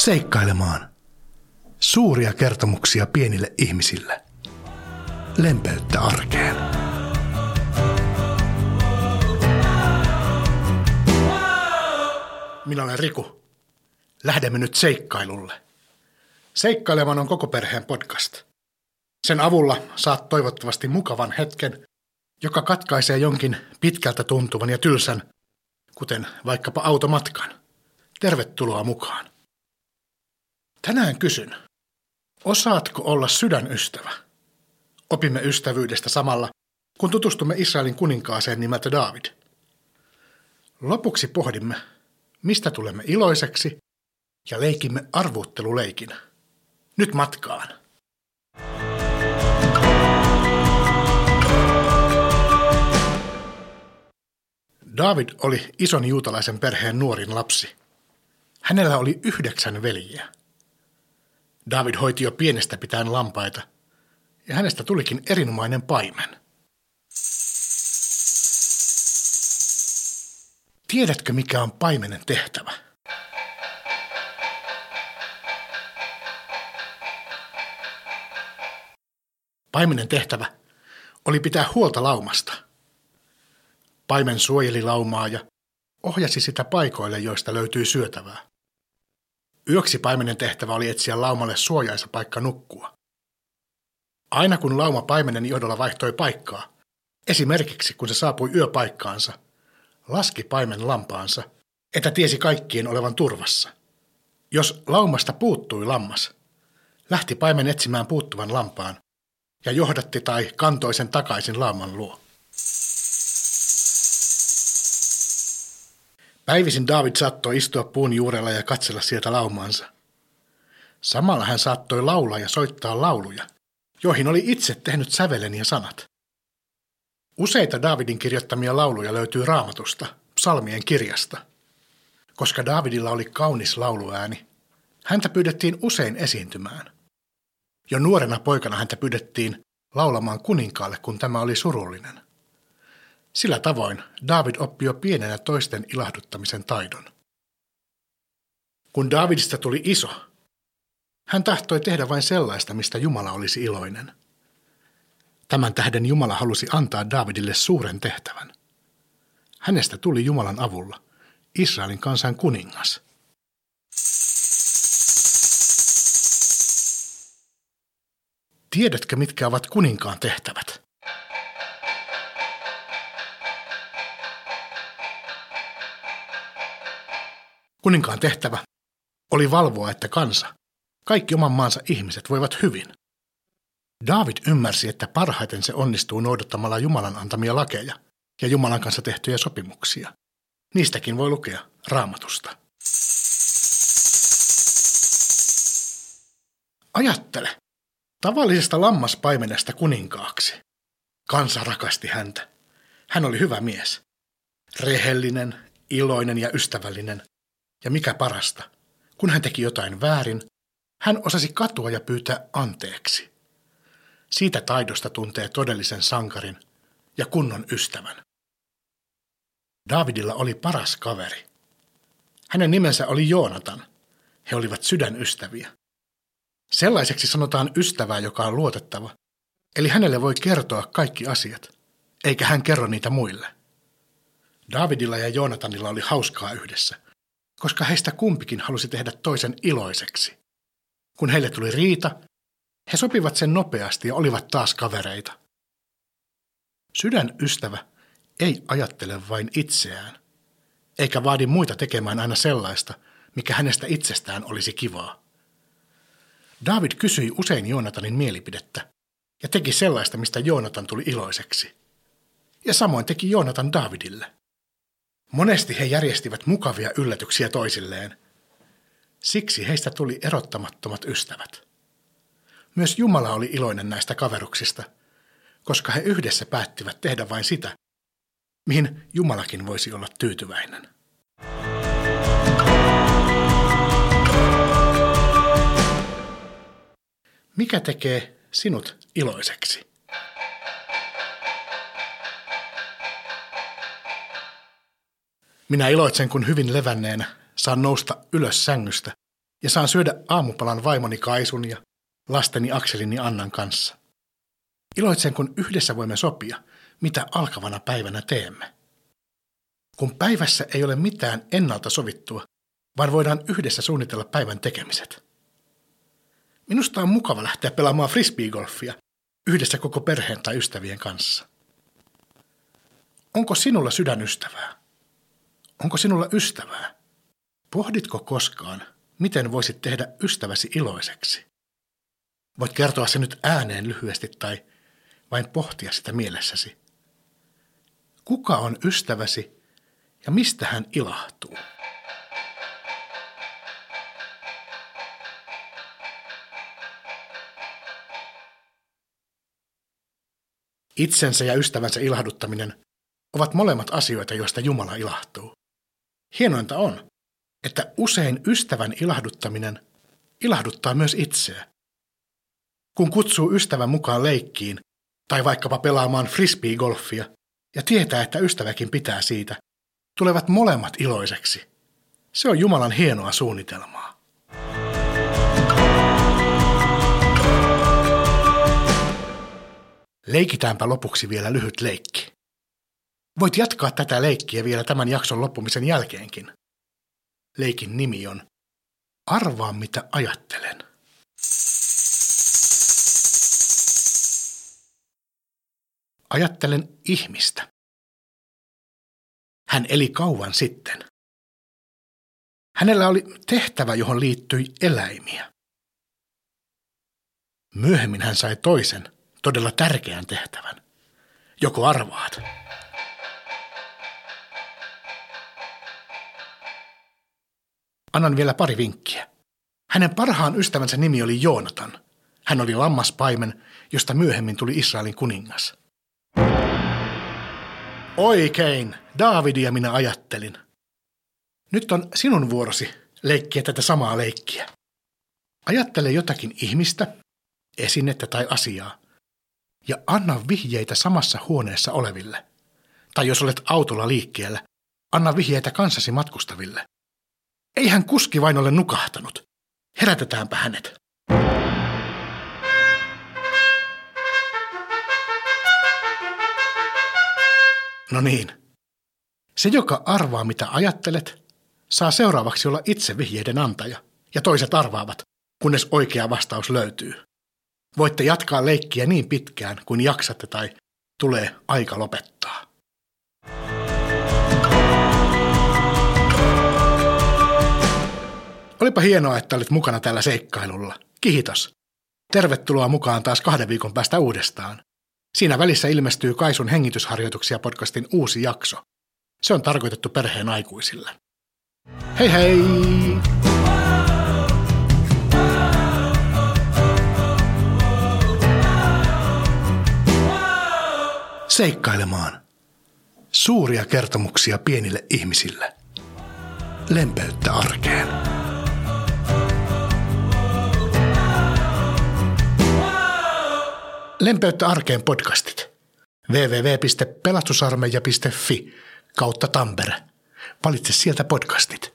Seikkailemaan. Suuria kertomuksia pienille ihmisille. Lempeyttä arkeen. Minä olen Riku. Lähdemme nyt seikkailulle. Seikkailemaan on koko perheen podcast. Sen avulla saat toivottavasti mukavan hetken, joka katkaisee jonkin pitkältä tuntuvan ja tylsän, kuten vaikkapa automatkan. Tervetuloa mukaan. Tänään kysyn, osaatko olla sydänystävä? Opimme ystävyydestä samalla, kun tutustumme Israelin kuninkaaseen nimeltä Daavid. Lopuksi pohdimme, mistä tulemme iloiseksi, ja leikimme arvuutteluleikin. Nyt matkaan. Daavid oli ison juutalaisen perheen nuorin lapsi. Hänellä oli 9 veljiä. Daavid hoiti jo pienestä pitäen lampaita, ja hänestä tulikin erinomainen paimen. Tiedätkö, mikä on paimenen tehtävä? Paimenen tehtävä oli pitää huolta laumasta. Paimen suojeli laumaa ja ohjasi sitä paikoille, joista löytyi syötävää. Yöksi paimenen tehtävä oli etsiä laumalle suojaisa paikka nukkua. Aina kun lauma paimenen johdolla vaihtoi paikkaa, esimerkiksi kun se saapui yöpaikkaansa, laski paimen lampaansa, että tiesi kaikkien olevan turvassa. Jos laumasta puuttui lammas, lähti paimen etsimään puuttuvan lampaan ja johdatti tai kantoi sen takaisin lauman luo. Päivisin Daavid saattoi istua puun juurella ja katsella sieltä laumaansa. Samalla hän saattoi laulaa ja soittaa lauluja, joihin oli itse tehnyt sävelen ja sanat. Useita Daavidin kirjoittamia lauluja löytyy Raamatusta, psalmien kirjasta. Koska Daavidilla oli kaunis lauluääni, häntä pyydettiin usein esiintymään. Jo nuorena poikana häntä pyydettiin laulamaan kuninkaalle, kun tämä oli surullinen. Sillä tavoin Daavid oppi jo pienenä toisten ilahduttamisen taidon. Kun Daavidista tuli iso, hän tahtoi tehdä vain sellaista, mistä Jumala olisi iloinen. Tämän tähden Jumala halusi antaa Daavidille suuren tehtävän. Hänestä tuli Jumalan avulla Israelin kansan kuningas. Tiedätkö, mitkä ovat kuninkaan tehtävät? Kuninkaan tehtävä oli valvoa, että kansa, kaikki oman maansa ihmiset voivat hyvin. Daavid ymmärsi, että parhaiten se onnistuu noudattamalla Jumalan antamia lakeja ja Jumalan kanssa tehtyjä sopimuksia. Niistäkin voi lukea Raamatusta. Ajattele, tavallisesta lammaspaimenesta kuninkaaksi. Kansa rakasti häntä. Hän oli hyvä mies. Rehellinen, iloinen ja ystävällinen. Ja mikä parasta, kun hän teki jotain väärin, hän osasi katua ja pyytää anteeksi. Siitä taidosta tuntee todellisen sankarin ja kunnon ystävän. Daavidilla oli paras kaveri. Hänen nimensä oli Joonatan. He olivat sydänystäviä. Sellaiseksi sanotaan ystävää, joka on luotettava, eli hänelle voi kertoa kaikki asiat, eikä hän kerro niitä muille. Daavidilla ja Joonatanilla oli hauskaa yhdessä, koska heistä kumpikin halusi tehdä toisen iloiseksi. Kun heille tuli riita, he sopivat sen nopeasti ja olivat taas kavereita. Sydänystävä ei ajattele vain itseään, eikä vaadi muita tekemään aina sellaista, mikä hänestä itsestään olisi kivaa. Daavid kysyi usein Joonatanin mielipidettä ja teki sellaista, mistä Joonatan tuli iloiseksi. Ja samoin teki Joonatan Daavidille. Monesti he järjestivät mukavia yllätyksiä toisilleen. Siksi heistä tuli erottamattomat ystävät. Myös Jumala oli iloinen näistä kaveruksista, koska he yhdessä päättivät tehdä vain sitä, mihin Jumalakin voisi olla tyytyväinen. Mikä tekee sinut iloiseksi? Minä iloitsen, kun hyvin levänneenä saan nousta ylös sängystä ja saan syödä aamupalan vaimoni Kaisun ja lasteni Akselin ja Annan kanssa. Iloitsen, kun yhdessä voimme sopia, mitä alkavana päivänä teemme. Kun päivässä ei ole mitään ennalta sovittua, vaan voidaan yhdessä suunnitella päivän tekemiset. Minusta on mukava lähteä pelaamaan frisbeegolfia yhdessä koko perheen tai ystävien kanssa. Onko sinulla sydänystävää? Onko sinulla ystävää? Pohditko koskaan, miten voisit tehdä ystäväsi iloiseksi? Voit kertoa se nyt ääneen lyhyesti tai vain pohtia sitä mielessäsi. Kuka on ystäväsi ja mistä hän ilahtuu? Itsensä ja ystävänsä ilahduttaminen ovat molemmat asioita, joista Jumala ilahtuu. Hienointa on, että usein ystävän ilahduttaminen ilahduttaa myös itseä. Kun kutsuu ystävän mukaan leikkiin tai vaikkapa pelaamaan frisbeegolfia ja tietää, että ystäväkin pitää siitä, tulevat molemmat iloiseksi. Se on Jumalan hienoa suunnitelmaa. Leikitäänpä lopuksi vielä lyhyt leikki. Voit jatkaa tätä leikkiä vielä tämän jakson loppumisen jälkeenkin. Leikin nimi on Arvaa, mitä ajattelen. Ajattelen ihmistä. Hän eli kauan sitten. Hänellä oli tehtävä, johon liittyi eläimiä. Myöhemmin hän sai toisen, todella tärkeän tehtävän. Joko arvaat? Annan vielä pari vinkkiä. Hänen parhaan ystävänsä nimi oli Joonatan. Hän oli lammaspaimen, josta myöhemmin tuli Israelin kuningas. Oikein, Daavidia minä ajattelin. Nyt on sinun vuorosi leikkiä tätä samaa leikkiä. Ajattele jotakin ihmistä, esinettä tai asiaa ja anna vihjeitä samassa huoneessa oleville. Tai jos olet autolla liikkeellä, anna vihjeitä kanssasi matkustaville. Eihän kuski vain ole nukahtanut. Herätetäänpä hänet. No niin. Se, joka arvaa, mitä ajattelet, saa seuraavaksi olla itse vihjeiden antaja, ja toiset arvaavat, kunnes oikea vastaus löytyy. Voitte jatkaa leikkiä niin pitkään, kuin jaksatte tai tulee aika lopettaa. Olipa hienoa, että olit mukana tällä seikkailulla. Kiitos. Tervetuloa mukaan taas 2 viikon päästä uudestaan. Siinä välissä ilmestyy Kaisun hengitysharjoituksia podcastin uusi jakso. Se on tarkoitettu perheen aikuisille. Hei hei! Seikkailemaan. Suuria kertomuksia pienille ihmisille. Lempeyttä arkeen. Lempeyttä arkeen podcastit. www.pelastusarmeija.fi/Tampere. Valitse sieltä podcastit.